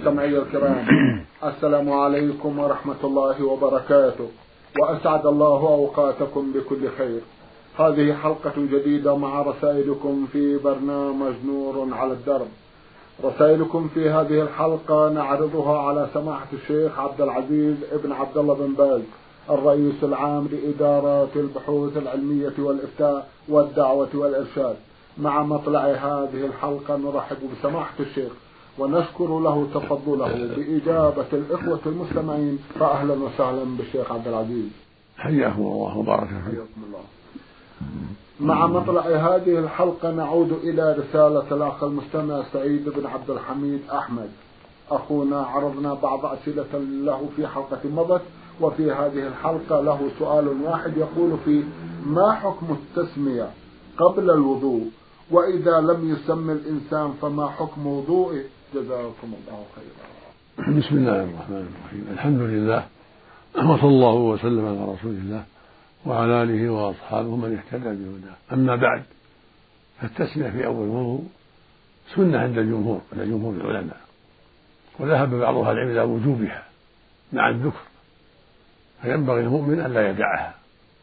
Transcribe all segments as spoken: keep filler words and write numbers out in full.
مستمعي الكرام، السلام عليكم ورحمة الله وبركاته، وأسعد الله أوقاتكم بكل خير. هذه حلقة جديدة مع رسائلكم في برنامج نور على الدرب. رسائلكم في هذه الحلقة نعرضها على سماحة الشيخ عبد العزيز ابن عبد الله بن باز، الرئيس العام لإدارة البحوث العلمية والإفتاء والدعوة والإرشاد. مع مطلع هذه الحلقة نرحب بسماحة الشيخ ونشكر له تفضله بإجابة الإخوة المستمعين، فأهلا وسهلا بالشيخ عبد العزيز. حياكم الله وبارك فيكم الله. مع مطلع هذه الحلقة نعود إلى رسالة الأخ المستمع سعيد بن عبد الحميد أحمد. أخونا عرضنا بعض أسئلة له في حلقة مضت، وفي هذه الحلقة له سؤال واحد يقول فيه: ما حكم التسمية قبل الوضوء؟ وإذا لم يسمي الإنسان فما حكم وضوءه؟ جزاكم الله خيرا. بسم الله الرحمن الرحيم. الحمد لله، وصلى الله وسلم على رسول الله وعلى آله وأصحابه من اهتدى بهداه. أما بعد، فالتسمية في أول الوضوء سنة عند الجمهور عند جمهور العلماء، وذهب بعض أهل العلم إلى وجوبها مع الذكر، فينبغي المؤمن أن لا يدعها،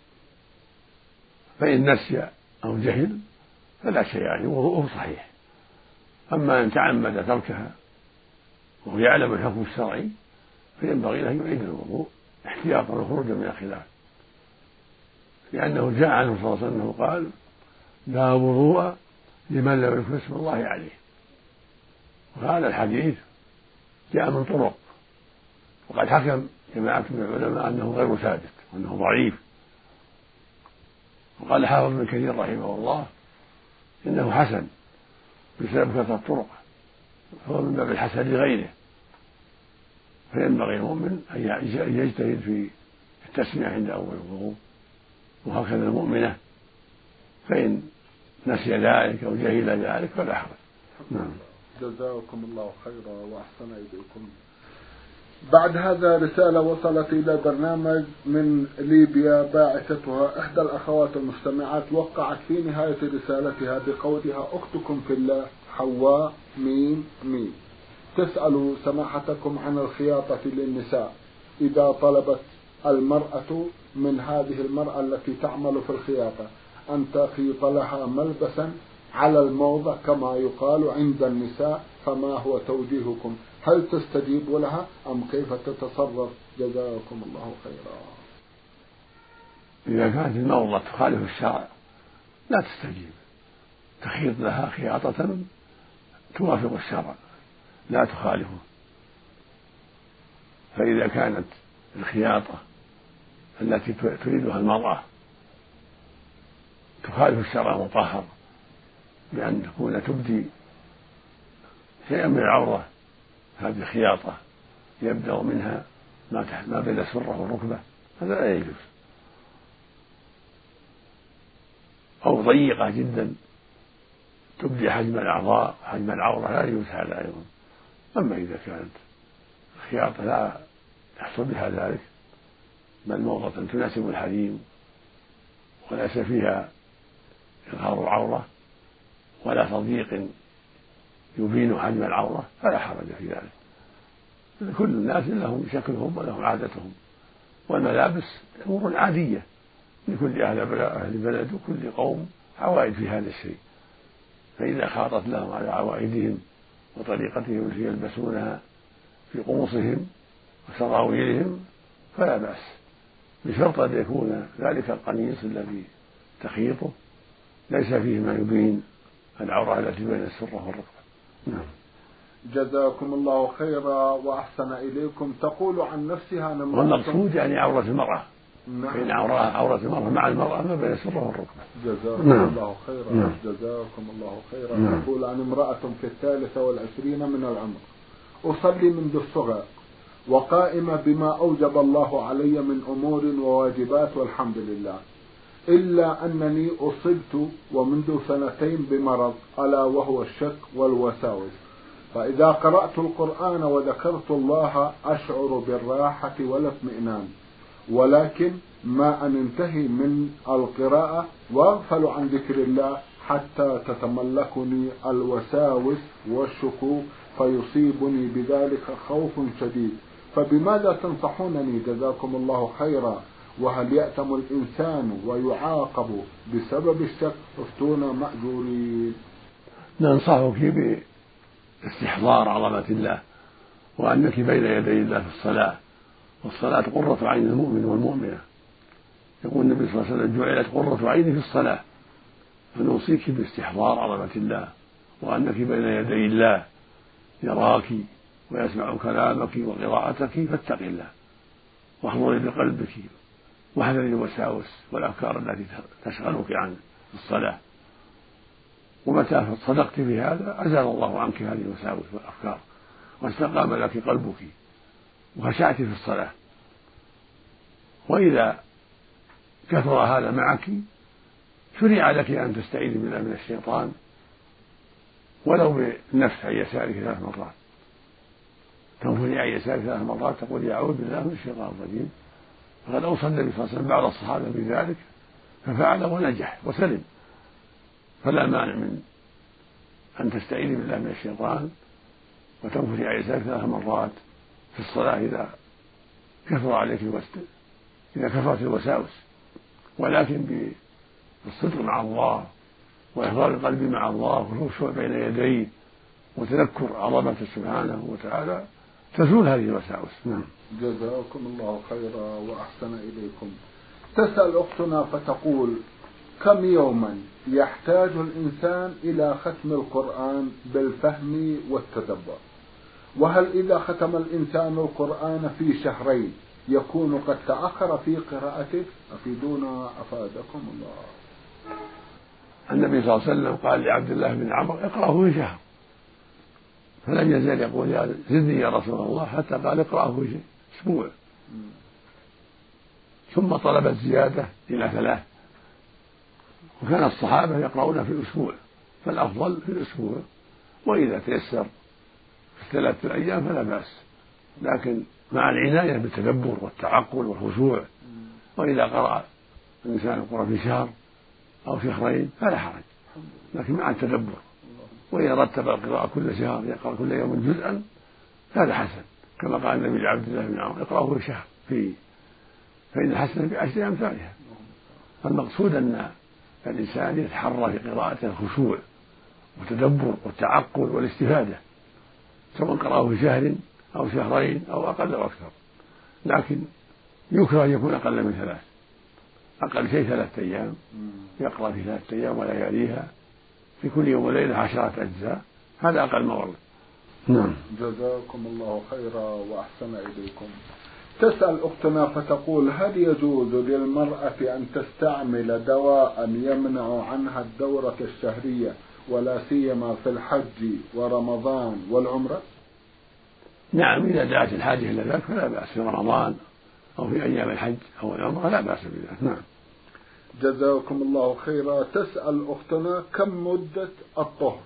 فإن نسي أو جهل فلا شيء عليه، وضوءه صحيح. أما أن تعمد تركها وهو يعلم الحكم الشرعي فينبغي له أن يعيد الوضوء احتياطا وخروجا من الخلاف، لأنه جاء عنه صلى الله عليه وسلم أنه قال: لا وضوء لمن لم يذكر اسم الله عليه. وهذا الحديث جاء من طرق، وقد حكم جماعة من العلماء أنه غير ثابت وأنه ضعيف. وقال حافظ بن كثير رحمه الله إنه حسن بسبب كثرة الطرق، فهو من باب الحسن لغيره. فينبغي المؤمن أن يجتهد في التسمية عند أول الوضوء، وهكذا المؤمنة، فإن نسي ذلك أو جهل ذلك فلا حرج. نعم. جزاكم الله خيرا وأحسن إليكم. بعد هذا رسالة وصلت إلى برنامج من ليبيا، باعثتها إحدى الأخوات المستمعات، وقعت في نهاية رسالتها بقولها: أختكم في الله حواء ميم ميم تسأل سماحتكم عن الخياطة للنساء إذا طلبت المرأة من هذه المرأة التي تعمل في الخياطة أن تخيط لها ملبسا على الموضة كما يقال عند النساء، فما هو توجيهكم؟ هل تستجيب لها أم كيف تتصرف؟ جزاكم الله خيرا. إذا كانت الموضة تخالف الشرع لا تستجيب، تخيط لها خياطة توافق الشرع لا تخالفه. فإذا كانت الخياطة التي تريدها المرأة تخالف الشرع المطهر بأن تكون تبدي شيئا من العورة، هذه خياطة يبدأ منها ما ما بين السرة والركبة، هذا لا يجوز. أو ضيقة جدا تبدي حجم الأعضاء حجم العورة، لا يجوز هذا أيضا. أما إذا كانت الخياطة لا يحصل بها ذلك، بل موضة تناسب الحريم وليس فيها إظهار العورة ولا تضييق يبين حجم العورة، فلا حرج في ذلك. كل الناس لهم شكلهم ولهم عادتهم، والملابس أمور عادية لكل أهل بلد وكل قوم عوائد في هذا الشيء، فإذا خاطت لهم على عوائدهم وطريقتهم التي يلبسونها في قمصهم وسراويلهم فلا بأس، بشرط أن يكون ذلك القميص الذي تخيطه ليس فيه ما يبين العورة التي بين السرة والركبة. نعم. جزاكم الله خيرا وأحسن إليكم. تقول عن نفسها: والمقصود يعني عورة المرأة. نعم. فإن عورة المرأة مع المرأة ما بين السرة والركبة. جزاكم نعم. الله خيرا. نعم. جزاكم الله خيرا. نعم. تقول عن امرأة في الثالثة والعشرين من العمر، أصلي منذ الصغر وقائمة بما أوجب الله علي من أمور وواجبات والحمد لله، إلا أنني أصبت ومنذ سنتين بمرض ألا وهو الشك والوساوس، فإذا قرأت القرآن وذكرت الله أشعر بالراحة والاطمئنان، ولكن ما أن انتهي من القراءة وأغفل عن ذكر الله حتى تتملكني الوساوس والشكوك فيصيبني بذلك خوف شديد، فبماذا تنصحونني جزاكم الله خيرا؟ وهل يأتم الإنسان ويعاقب بسبب الشك؟ افتونا مأجورين. ننصحك باستحضار عظمة الله، وأنك بين يدي الله في الصلاة، والصلاة قرة عين المؤمن والمؤمنة. يقول النبي صلى الله عليه وسلم: جعلت قرة عيني في الصلاة. فنوصيك باستحضار عظمة الله، وأنك بين يدي الله يراك ويسمع كلامك وقراءتك، فاتق الله واحضري بقلبك، واحذري الوساوس والأفكار التي تشغلك عن الصلاة. ومتى صدقت في هذا أزال الله عنك هذه الوساوس والأفكار، واستقام لك قلبك وخشعت في الصلاة. وإذا كثر هذا معك شرع لك أن تستعيذ بالله من الشيطان، ولو بالنفس عن يسارك ثلاث مرات، تنفذي عن يسارك ثلاث مرات، تقول: أعوذ بالله من الشيطان الرجيم. فقد أوصى النبي صلى الله عليه وسلم بعض الصحابة بذلك ففعل ونجح وسلم. فلا مانع من أن تستعيذ بالله من الشيطان وتنفذي عن يسارك ثلاث مرات في الصلاة إذا كثر عليك الوسط، إذا كثرت الوساوس، ولكن بالصدق مع الله وإحضار القلب مع الله والخشوع بين يديه وتذكر عظمته سبحانه وتعالى تزول هذه الوساوس. نعم. جزاكم الله خيرا وأحسن إليكم. تسأل أختنا فتقول: كم يوما يحتاج الإنسان إلى ختم القرآن بالفهم والتدبر؟ وهل إذا ختم الإنسان القرآن في شهرين يكون قد تأخر في قراءته؟ أفيدونا أفادكم الله. النبي صلى الله عليه وسلم قال لعبد الله بن عمرو: اقرأه في شهر، فلم يزل يقول: يا زدني يا رسول الله، حتى قال: اقرأه في أسبوع. ثم طلب الزيادة إلى ثلاث، وكان الصحابة يقرؤون في الأسبوع، فالأفضل في الأسبوع، وإذا تيسر في ثلاثة أيام فلا بأس، لكن مع العناية بالتدبر والتعقل والخشوع. وإذا قرأ الإنسان القرآن في شهر أو شهرين فلا حرج، لكن مع التدبر. وإذا رتب القراءة كل شهر يقرأ كل يوم جزءا هذا حسن، كما قال النبي لعبد الله بن عمرو: اقرأه في شهر في فإن الحسنة بعشر أمثالها. فالمقصود أن الإنسان يتحرى في قراءته الخشوع والتدبر والتعقل والاستفادة، سواء قرأه في شهر أو شهرين أو أقل أو أكثر، لكن يكره أن يكون أقل من ثلاث، أقل شيء ثلاثة أيام، يقرأ في ثلاثة أيام ولياليها في كل يوم وليلة عشرة أجزاء، هذا أقل ما ورد. نعم. جزاكم الله خيرا وأحسن إليكم. تسأل أختنا فتقول: هل يجوز للمرأة أن تستعمل دواء يمنع عنها الدورة الشهرية ولا سيما في الحج ورمضان والعمرة؟ نعم، إذا دعت الحاجة إلى ذلك فلا بأس، في رمضان أو في أيام الحج أو العمرة لا بأس بذلك. نعم. جزاكم الله خيرا. تسأل أختنا: كم مدة الطهر؟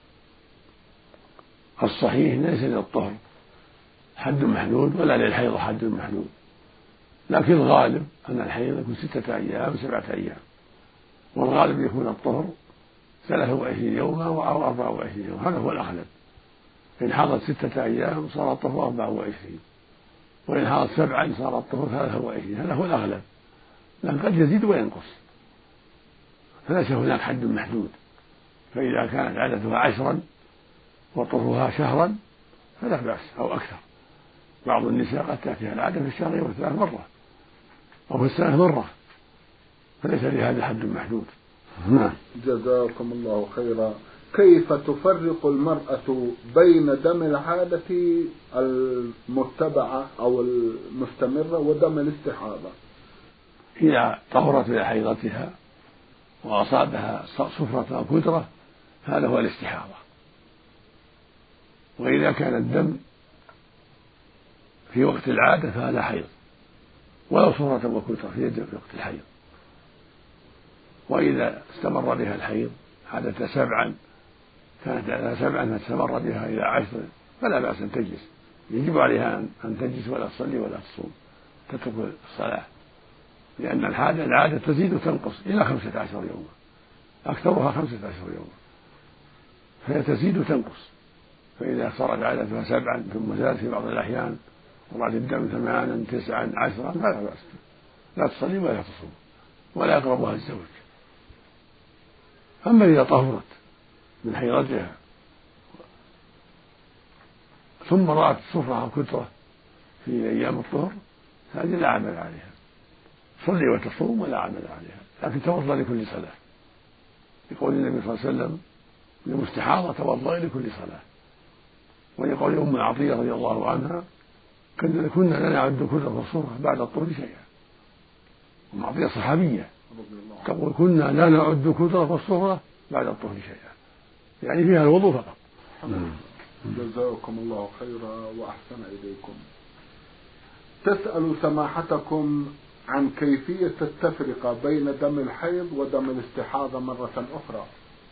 الصحيح ليس للطهر حد محدود ولا للحيض حد محدود، لكن الغالب أن الحيض يكون ستة أيام سبعة أيام، والغالب يكون الطهر ثلاثة وعشرين يوما أو أربعة وعشرين يوما، هذا هو الأغلب. إن حاضت ستة أيام صار الطهر أربعة وعشرين، وإن حاضت سبعا صار الطهر ثلاثة وعشرين، هذا هو الأغلب، لكن قد يزيد وينقص، فليس هناك حد محدود. فإذا كانت عادتها عشرا وطهرها شهرا فلا بأس أو أكثر. بعض النساء قد تأتيها العادة في الشهر والثلاث مرة أو في السنة مرة، فليس لهذا حد محدود. نعم. جزاكم الله خيرا. كيف تفرق المرأة بين دم العادة المتبعة أو المستمرة ودم الاستحاضة؟ إذا طهرت إلى حيضتها وأصابها صفرة أو كدرة هذا هو الاستحاضة. وإذا كان الدم في وقت العادة فهذا حيض، ولو صفرة وكدرة في يد في وقت الحيض. وإذا استمر بها الحيض حدث سبعا، كانت لها سبعا فاستمر بها إلى عشر فلا بأس أن تجلس، يجب عليها أن تجلس ولا تصلي ولا تصوم، تترك الصلاة، لأن العادة العادة تزيد وتنقص إلى خمسة عشر يوما، أكثرها خمسة عشر يوما، فهي تزيد وتنقص. فإذا صارت عادتها سبعا ثم زادت في بعض الأحيان ورأت الدم ثمانا تسعا عشرا فلا بأس، لا تصلي ولا تصوم ولا يقربها الزوج. أما إذا طهرت من حيضتها ثم رأت صفرة أو كترة في أيام الطهر هذه لا عمل عليها، صلي وتصوم ولا عمل عليها، لكن توضأ لكل صلاة، يقول النبي صلى الله عليه وسلم للمستحاضة توضأ لكل صلاة. ويقول أم عطية رضي الله عنها كنا لا نعد كترة والصفرة بعد الطهر شيئا. أم عطية صحابية تقول كنا لا نعد كترة والصفرة بعد الطهر شيئا، يعني فيها الوضوء فقط. جزاكم الله خيرا وأحسن إليكم. تسأل سماحتكم عن كيفية التفرقة بين دم الحيض ودم الاستحاضة مرة أخرى.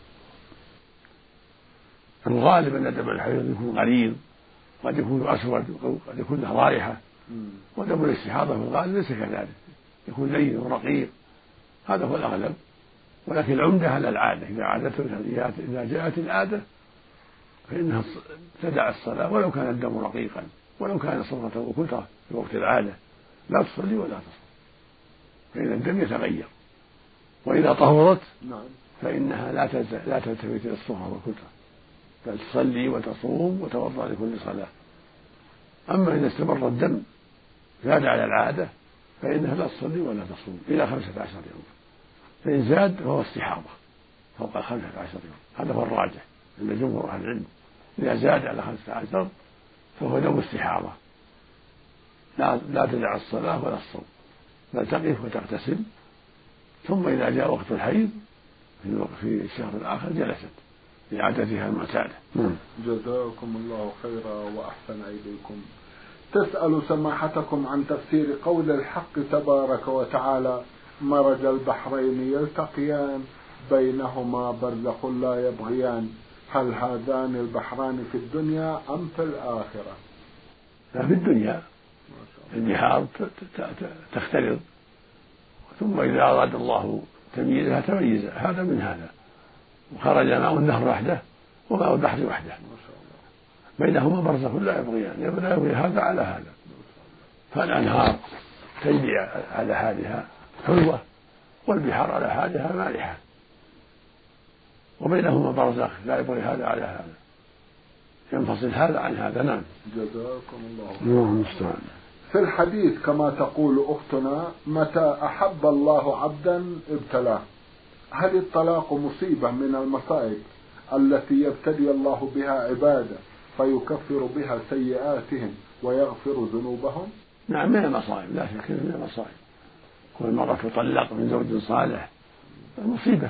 الغالب أن دم الحيض يكون غليظ، قد يكون أسود وقد يكون له رائحة، ودم الاستحاضة في الغالب ليس كذلك، يكون لين ورقيق، هذا هو الأغلب. ولكن العمدة على العادة، إذا عادته إذا جاءت العادة فإنها تدع الصلاة ولو كان الدم رقيقا، ولو كان صفرة وكترة في وقت العادة، لا تصلي ولا تصوم، فإن الدم يتغير. وإذا طهرت فإنها لا لا تلتفت إلى الصفرة والكترة، بل تصلي وتصوم وتوضأ لكل صلاة. أما إذا استمر الدم زاد على العادة فإنها لا تصلي ولا تصوم إلى خمسة عشر يوم، فإن زاد فهو استحاضة فوق خمسة عشر يوم، هذا هو الراجح عند جمهور أهل العلم. إذا زاد على خمسة عشر فهو دم استحاضة، لا لا تدع الصلاة ولا الصوم، بل تقف وتغتسل، ثم إذا جاء وقت الحيض في الشهر الآخر جلست لعادتها المعتادة. جزاكم الله خيرا وأحسن إليكم. تسأل سماحتكم عن تفسير قول الحق تبارك وتعالى مرج البحرين يلتقيان بينهما برزخ لا يبغيان، هل هذان البحران في الدنيا أم في الآخرة؟ لا، في الدنيا البحار تختلط، ثم إذا أراد الله تمييزها تميز هذا من هذا، وخرج ماء النهر وحده وماء البحر وحده، بينهما برزخ لا يبغيان، لا يبغي هذا على هذا، فالأنهار تجري على حالها حلوة والبحار على حالها مالحة، وبينهما برزخ لا يبغي هذا على هذا، ينفصل هذا عن هذا. نعم. جزاكم الله خيرا. في الحديث كما تقول أختنا متى أحب الله عبدا ابتلاه، هل الطلاق مصيبة من المصائب التي يبتلي الله بها عباده فيكفر بها سيئاتهم ويغفر ذنوبهم؟ نعم، من المصائب لا شك، من المصائب. كل مرة تطلق من زوج صالح مصيبة،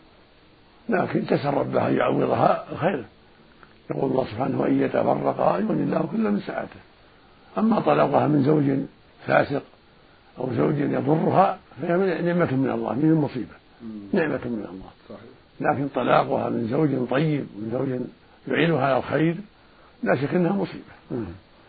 لكن تسأل ربها يعوضها الخير. يقول الله سبحانه وإن يتفرقا يغني الله كل من سعته. أما طلاقها من زوج فاسق أو زوج يضرها فهي نعمة من الله، من المصيبة، نعمة من الله. لكن طلاقها من زوج طيب ومن زوج يعينها على الخير لا شك أنها مصيبة.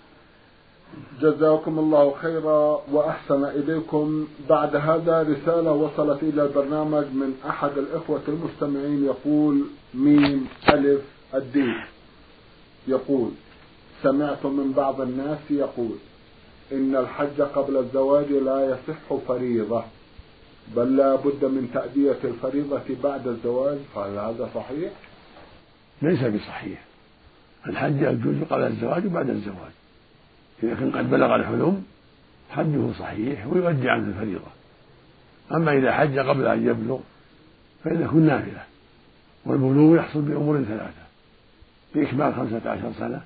جزاكم الله خيرا وأحسن إليكم. بعد هذا رسالة وصلت إلى البرنامج من أحد الإخوة المستمعين، يقول ميم ألف الدين، يقول سمعت من بعض الناس يقول إن الحج قبل الزواج لا يصح فريضة، بل لا بد من تأدية الفريضة بعد الزواج، فهل هذا صحيح؟ ليس بصحيح. الحج يجوز قبل الزواج وبعد الزواج، إذا كان قد بلغ الحلم حجه صحيح ويؤدي عنه الفريضة. أما إذا حج قبل أن يبلغ فإنه يكون نافلة، والبلوغ يحصل بأمور ثلاثة: بإكمال خمسة عشر سنة،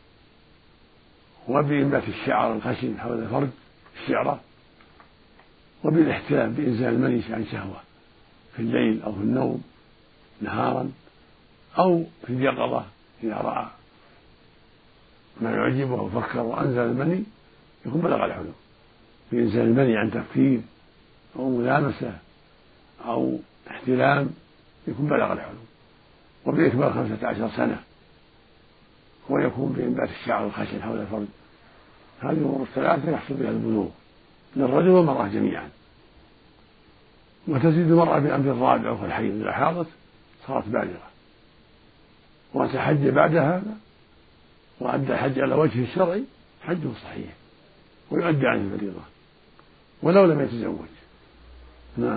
وبإنبات الشعر الخشن حول الفرج الشعرة، وبالاحتلام بإنزال المني عن شهوة في الليل أو في النوم نهارا أو في اليقظة، إذا رأى ما يعجبه وفكر وأنزل المني يكون بلغ الحلم. بإنزال المني عن تفكير أو ملامسة أو احتلام يكون بلغ الحلم. وبإكمال خمسة عشر سنة، ويكون بإنبات الشعر الخشن حول الفرج. هذه الأمور الثلاثة يحصل بها البلوغ للرجل والمرأة جميعا. وتزيد المرأة بأمر الرابع والحيض إذا حاضت صارت بالغة، وتحج بعد هذا وأدى الحج على وجه الشرعي حجه صحيح ويؤدي عنه الفريضة ولو لم يتزوج. نعم.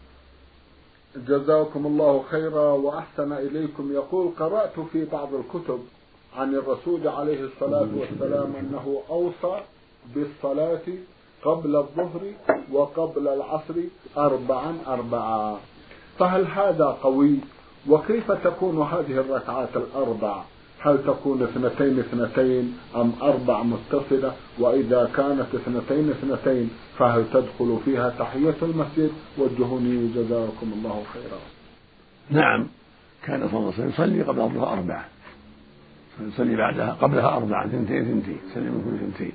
جزاكم الله خيرا وأحسن إليكم. يقول: قرأت في بعض الكتب عن الرسول عليه الصلاة والسلام أنه أوصى بالصلاة قبل الظهر وقبل العصر أربعا أربعا، فهل هذا قوي؟ وكيف تكون هذه الركعات الأربع؟ هل تكون اثنتين اثنتين أم أربع متصلة؟ وإذا كانت اثنتين اثنتين فهل تدخل فيها تحية المسجد؟ وجهوني جزاكم الله خيرا. نعم، كان صلى الله عليه وسلم يصلي قبل الظهر أربعة، يصلي بعدها قبلها أربعة، ثنتين ثنتين، يصلي من كل ثنتين،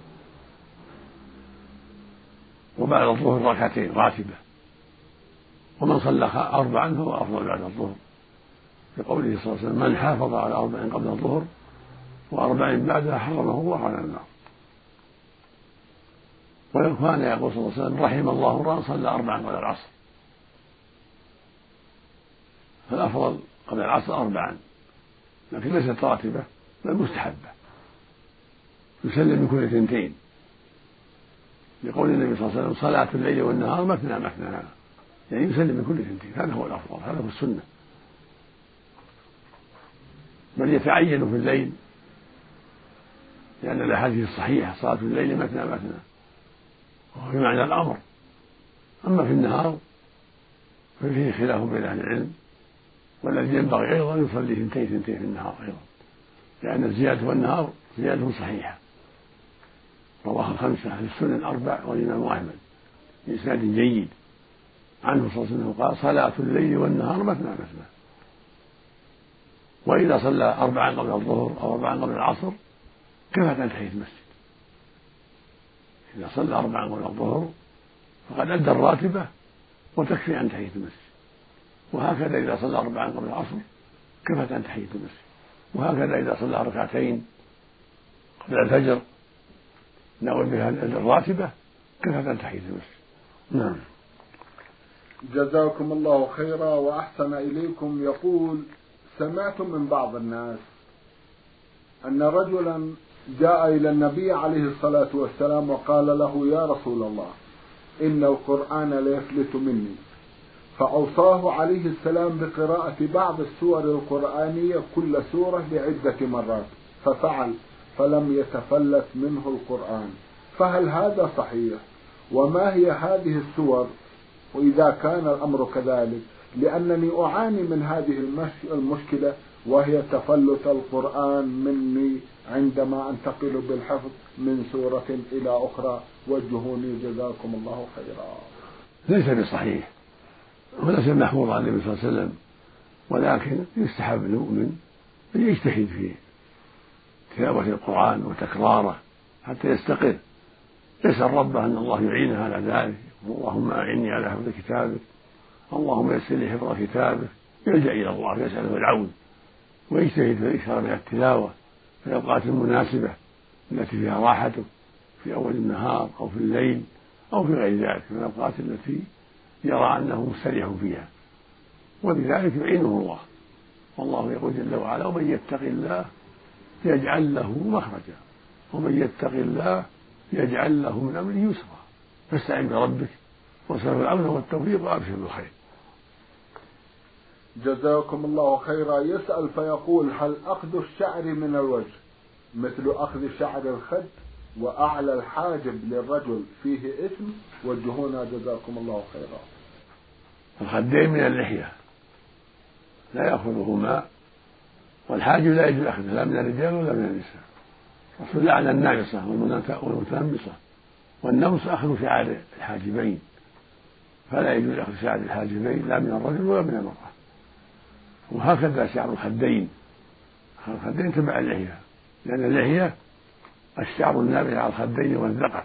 وبعد الظهر ركعتين راتبة، ومن صلى أربعا فهو أفضل بعد الظهر، لقوله صلى الله عليه وسلم: من حافظ على أربع قبل الظهر وأربع بعدها حرمه الله على النار. وكان يقول صلى الله عليه وسلم: رحم الله امرأ صلى أربعا قبل العصر، فالأفضل قبل العصر أربعا، لكن ليست راتبة بل مستحبة، يسلم من كل ثنتين، لقول النبي صلى الله عليه وسلم: صلاة الليل والنهار مثنى مثنى، يعني يسلم من كل ثنتين، هذا هو الأفضل، هذا هو السنة. بل يتعين في الليل لأن الأحاديث الصحيحة صلاة الليل مثنى مثنى، وهو في معنى الأمر. أما في النهار ففيه خلاف بين أهل العلم، والذي ينبغي أيضا يصلي ثنتين ثنتين في النهار أيضا، لأن الزيادة والنهار زيادة صحيحة، رواها الخمسة أهل السنن الأربع والإمام أحمد بإسناد جيد عنه صلى الله عليه وسلم قال: صلاة الليل والنهار مثنى مثنى. وإذا صلى أربعا قبل الظهر أو أربعا قبل العصر كفت عن تحية المسجد. إذا صلى أربعا قبل الظهر فقد أدى الراتبة وتكفي عن تحية المسجد، وهكذا إذا صلى أربعا قبل العصر كفت عن تحية المسجد، وهكذا إذا صلى ركعتين قبل الفجر نوى بها الراتبة كفت عن تحية المسجد. نعم. جزاكم الله خيرا وأحسن إليكم. يقول: سمعت من بعض الناس أن رجلا جاء إلى النبي عليه الصلاة والسلام وقال له: يا رسول الله، إن القرآن ليفلت مني، فأوصاه عليه السلام بقراءة بعض السور القرآنية كل سورة بعدة مرات، ففعل فلم يتفلت منه القرآن، فهل هذا صحيح؟ وما هي هذه السور وإذا كان الأمر كذلك؟ لأنني أعاني من هذه المشكلة، وهي تفلت القرآن مني عندما أنتقل بالحفظ من سورة إلى أخرى، وجهوني جزاكم الله خيرا. ليس بصحيح وليس محفوظ عن النبي صلى الله عليه وسلم، ولكن يستحب للمؤمن أن يجتهد في تلاوة القرآن وتكراره حتى يستقر، يسأل ربه أن الله يعينه على ذلك: اللهم أعني على حفظ كتابك، اللهم يسر لي حفظ كتابك، يلجأ إلى الله يسأله العون، ويجتهد في الإكثار من التلاوة في الأوقات المناسبة التي فيها راحته، في أول النهار أو في الليل أو في غير ذلك من الأوقات التي يرى أنه مستريح فيها، وبذلك يعينه الله. والله يقول جل وعلا: ومن يتق الله يجعل له مخرجا، ومن يتق الله يجعل له من أمره يسرا، فاستعن بربك واسأله العون والتوفيق وأبشر بالخير. جزاكم الله خيرا. يسأل فيقول: هل أخذ الشعر من الوجه مثل أخذ شعر الخد وأعلى الحاجب للرجل فيه إثم؟ وجهونا جزاكم الله خيرا. الخدين من اللحية لا يأخذهما، والحاجب لا يجوز أخذه لا من الرجال ولا من النساء. الرسول لعن النامصة والمتنمصة، والنمص أخذ شعر الحاجبين، فلا يجوز أخذ شعر الحاجبين لا من الرجل ولا من المرأة. وهكذا شعر الخدين، الخدين تبع اللحية، لأن اللحية الشعر النابع على الخدين والذقن،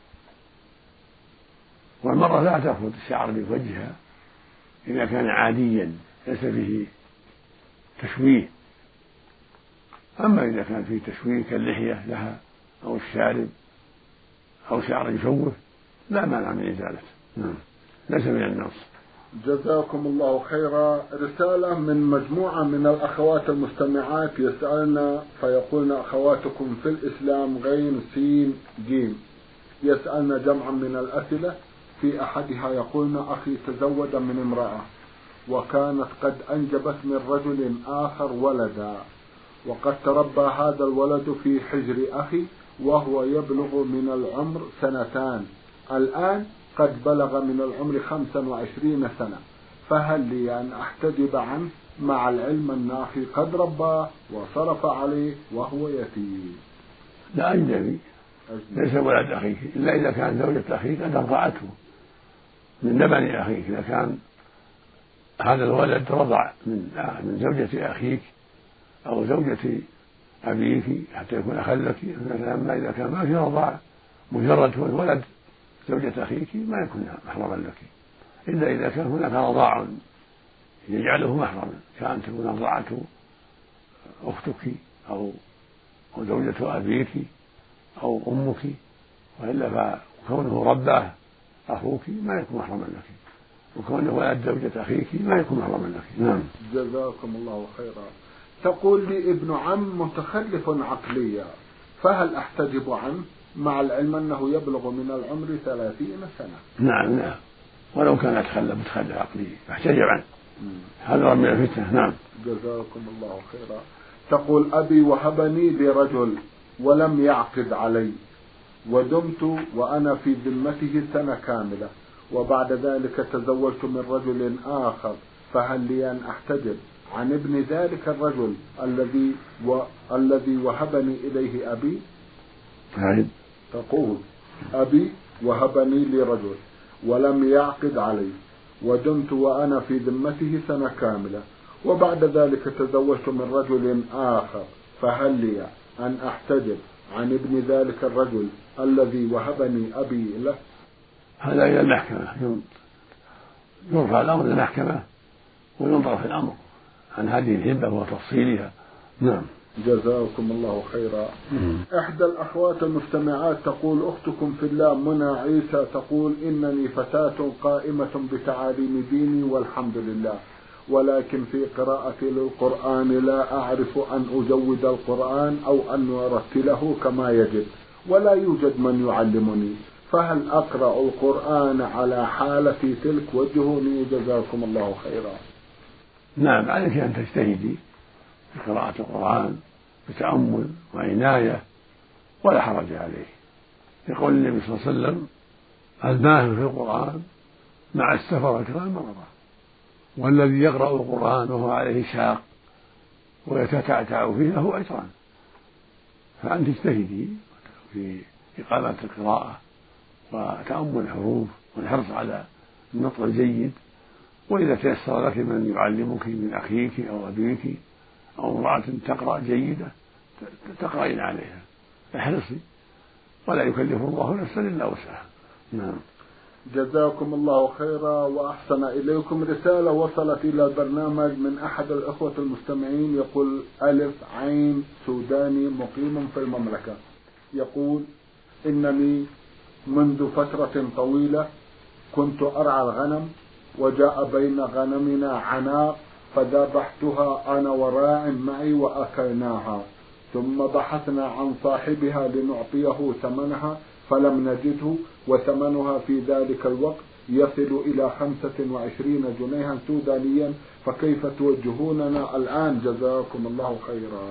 والمرأة لا تأخذ الشعر من وجهها إذا كان عاديا ليس فيه تشويه. أما إذا كان فيه تشويه كاللحية لها أو الشارب أو شعر يشوه لا مانع من إزالته، ليس من النص. جزاكم الله خيرا. رسالة من مجموعة من الأخوات المستمعات يسألنا فيقولن: أخواتكم في الإسلام غين سين جيم، يسألن جمعا من الأسئلة. في أحدها يقولن: أخي تزوج من امرأة وكانت قد أنجبت من رجل آخر ولدا، وقد تربى هذا الولد في حجر أخي وهو يبلغ من العمر سنتان، الآن قد بلغ من العمر خمسا وعشرين سنة، فهل لي أن أحتجب عنه مع العلم أن أخي قد رباه وصرف عليه وهو يتيم؟ لا، أجنبي ليس ولد أخيك إلا إذا كان زوجة أخيك قد أرضعته من لبن أخيك. إذا كان هذا الولد رضع من من زوجة أخيك أو زوجة أبيك حتى يكون أخا لك، أما إذا كان ما في رضاع مجرد هو ولد زوجة أخيك ما يكون محرما لك، إلا إذا كان هناك رضاع يجعله محرما، كأن تكون رضعته أختك أو أو زوجة أبيك أو أمك، وإلا فكونه رباه أخوك ما يكون محرما لك، وكونه ولد زوجة أخيك ما يكون محرما لك. نعم. جزاكم الله خيرا. تقول لي: ابن عم متخلف عقليا، فهل أحتجب عنه مع العلم أنه يبلغ من العمر ثلاثين سنة؟ نعم نعم، ولو كان يتخلف متخلف عقليا فاحتجب عنه، هذا من الفتنة. نعم. جزاكم الله خيرا. تقول: أبي وهبني لرجل ولم يعقد علي، ودمت وأنا في ذمته سنة كاملة، وبعد ذلك تزوجت من رجل آخر، فهل لي أن أحتجب عن ابن ذلك الرجل الذي و... الذي وهبني إليه أبي؟ عين. تقول: أبي وهبني لرجل ولم يعقد علي، ودمت وأنا في ذمته سنة كاملة، وبعد ذلك تزوجت من رجل آخر، فهل لي أن أحتجب عن ابن ذلك الرجل الذي وهبني أبي له؟ هذا إلى المحكمة، يرفع الأمر إلى المحكمة وينظر في الأمر عن هذه الهبة وتفصيلها. نعم. جزاكم الله خيرا. إحدى الأخوات المستمعات تقول: أختكم في الله منى عيسى تقول: إنني فتاة قائمة بتعاليم ديني والحمد لله، ولكن في قراءتي للقرآن لا أعرف أن أجود القرآن أو أن أرتله كما يجب، ولا يوجد من يعلمني، فهل أقرأ القرآن على حالتي تلك؟ وجهوني جزاكم الله خيرا. نعم، عليك أن تجتهدي في قراءة القرآن بتأمل وعناية ولا حرج عليه، يقول النبي صلى الله عليه وسلم: الماهر في القرآن مع السفر الكرام مرة، والذي يقرأ القرآن وهو عليه شاق ويتتعتع فيه له أجران. فأنت اجتهدي في إقامة القراءة وتأمل الحروف والحرص على النطق الجيد، وإذا تيسر لك من يعلمك من أخيك أو أبيك أو امرأة تقرأ جيدة تقرأين عليها، احرصي، ولا يكلف الله نفسا إلا وسعها. نعم. جزاكم الله خيرا وأحسن إليكم. رسالة وصلت إلى البرنامج من أحد الأخوة المستمعين، يقول: ألف عين سوداني مقيم في المملكة، يقول: إنني منذ فترة طويلة كنت أرعى الغنم، وجاء بين غنمنا عناق فذبحتها أنا وراع معي وأكلناها، ثم بحثنا عن صاحبها لنعطيه ثمنها فلم نجده، وثمنها في ذلك الوقت يصل إلى خمسة وعشرين جنيها سودانيا، فكيف توجهوننا الآن؟ جزاكم الله خيرا.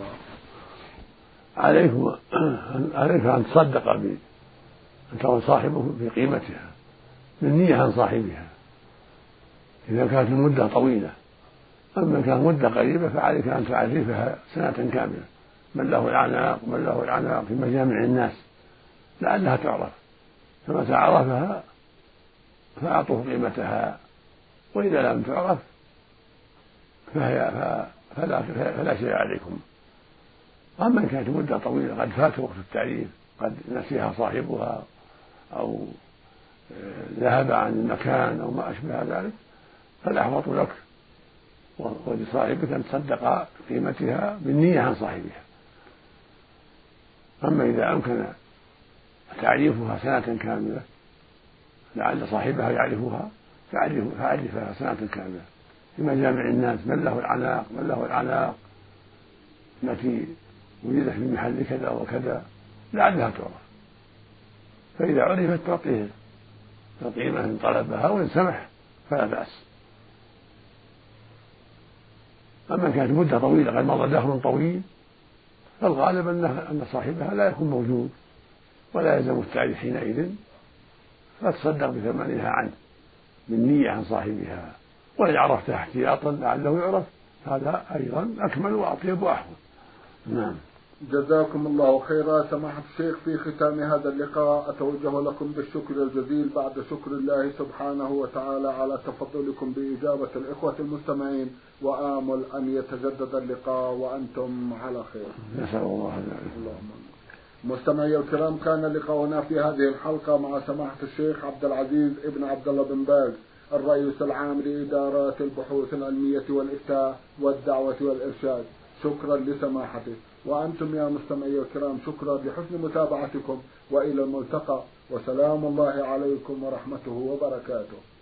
عليكم عليك أن تصدق بأن ترى صاحبه في قيمتها بالنية عن صاحبها إذا كانت المدة طويلة، أما كانت مدة قريبة فعليك أن تعرفها سنة كاملة من له العناق من له العناق في مجامع الناس لعلها تعرف، فمتى عرفها فأعطوه قيمتها، وإذا لم تعرف فهي فلا, فلا شيء عليكم. أما إن كانت مدة طويلة قد فات وقت التعريف، قد نسيها صاحبها أو ذهب عن المكان أو ما أشبه ذلك، فالأحوط لك ولصاحبك أن تصدق قيمتها بالنية عن صاحبها. أما إذا أمكن تعريفها سنة كاملة لعل صاحبها يعرفها فعرفها سنة كاملة في مجامع الناس، من له العناق من له العناق التي وجدت في محل كذا وكذا لعلها تعرف، فإذا عرفت تعطيه تطعيمه إن طلبها وإن سمح فلا بأس. أما كانت مدة طويلة قد مضى دهر طويل فالغالب أن صاحبها لا يكون موجود ولا يلزم التعريف حينئذ، فتصدق بثمنها عنه من نية عن صاحبها، وإن عرفتها احتياطا لعله يعرف هذا أيضا أكمل وأطيب وأحسن. نعم. جزاكم الله خيرا. سماحة الشيخ، في ختام هذا اللقاء أتوجه لكم بالشكر الجزيل بعد شكر الله سبحانه وتعالى على تفضلكم بإجابة الإخوة المستمعين، وآمل أن يتجدد اللقاء وأنتم على خير. نسأل الله ذلك. اللهم. مستمعي الكرام، كان لقاؤنا في هذه الحلقة مع سماحة الشيخ عبد العزيز ابن عبد الله بن باز، الرئيس العام لإدارات البحوث العلمية والإفتاء والدعوة والإرشاد. شكرا لسماحته، وأنتم يا مستمعي الكرام شكرا لحسن متابعتكم، وإلى الملتقى، وسلام الله عليكم ورحمته وبركاته.